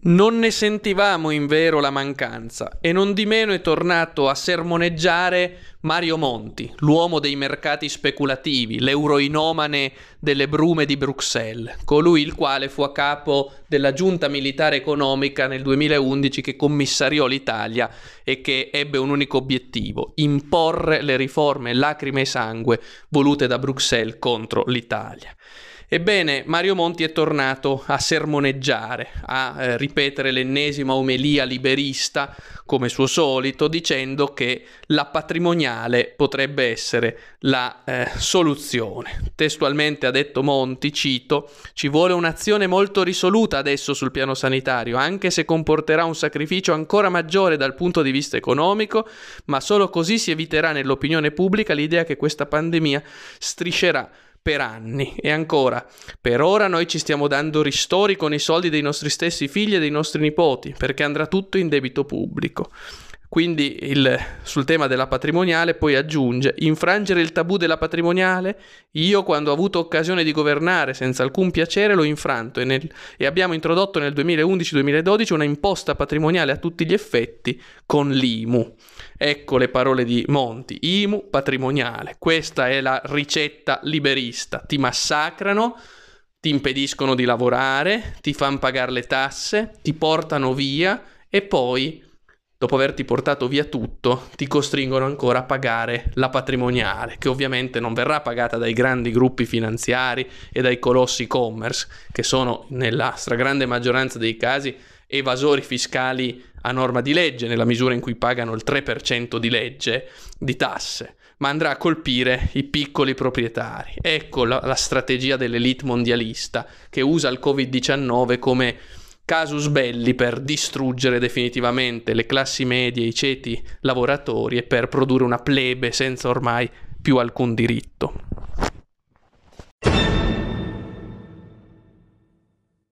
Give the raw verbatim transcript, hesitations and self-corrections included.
Non ne sentivamo invero la mancanza e non di meno è tornato a sermoneggiare Mario Monti, l'uomo dei mercati speculativi, l'euroinomane delle brume di Bruxelles, colui il quale fu a capo della giunta militare economica nel duemilaundici che commissariò l'Italia e che ebbe un unico obiettivo: imporre le riforme lacrime e sangue volute da Bruxelles contro l'Italia. Ebbene, Mario Monti è tornato a sermoneggiare, a eh, ripetere l'ennesima omelia liberista, come suo solito, dicendo che la patrimoniale potrebbe essere la eh, soluzione. Testualmente ha detto Monti, cito: «Ci vuole un'azione molto risoluta adesso sul piano sanitario, anche se comporterà un sacrificio ancora maggiore dal punto di vista economico, ma solo così si eviterà nell'opinione pubblica l'idea che questa pandemia striscerà per anni». E ancora: «Per ora noi ci stiamo dando ristori con i soldi dei nostri stessi figli e dei nostri nipoti, perché andrà tutto in debito pubblico». Quindi il, sul tema della patrimoniale poi aggiunge: «Infrangere il tabù della patrimoniale? Io, quando ho avuto occasione di governare senza alcun piacere, l'ho infranto e, nel, e abbiamo introdotto nel duemilaundici duemiladodici una imposta patrimoniale a tutti gli effetti con l'I M U». Ecco le parole di Monti: I M U patrimoniale. Questa è la ricetta liberista. Ti massacrano, ti impediscono di lavorare, ti fanno pagare le tasse, ti portano via e poi, dopo averti portato via tutto, ti costringono ancora a pagare la patrimoniale, che ovviamente non verrà pagata dai grandi gruppi finanziari e dai colossi e-commerce, che sono nella stragrande maggioranza dei casi evasori fiscali a norma di legge, nella misura in cui pagano il tre per cento di legge di tasse, ma andrà a colpire i piccoli proprietari. Ecco la, la strategia dell'elite mondialista, che usa il covid diciannove come casus belli per distruggere definitivamente le classi medie, i ceti lavoratori e per produrre una plebe senza ormai più alcun diritto.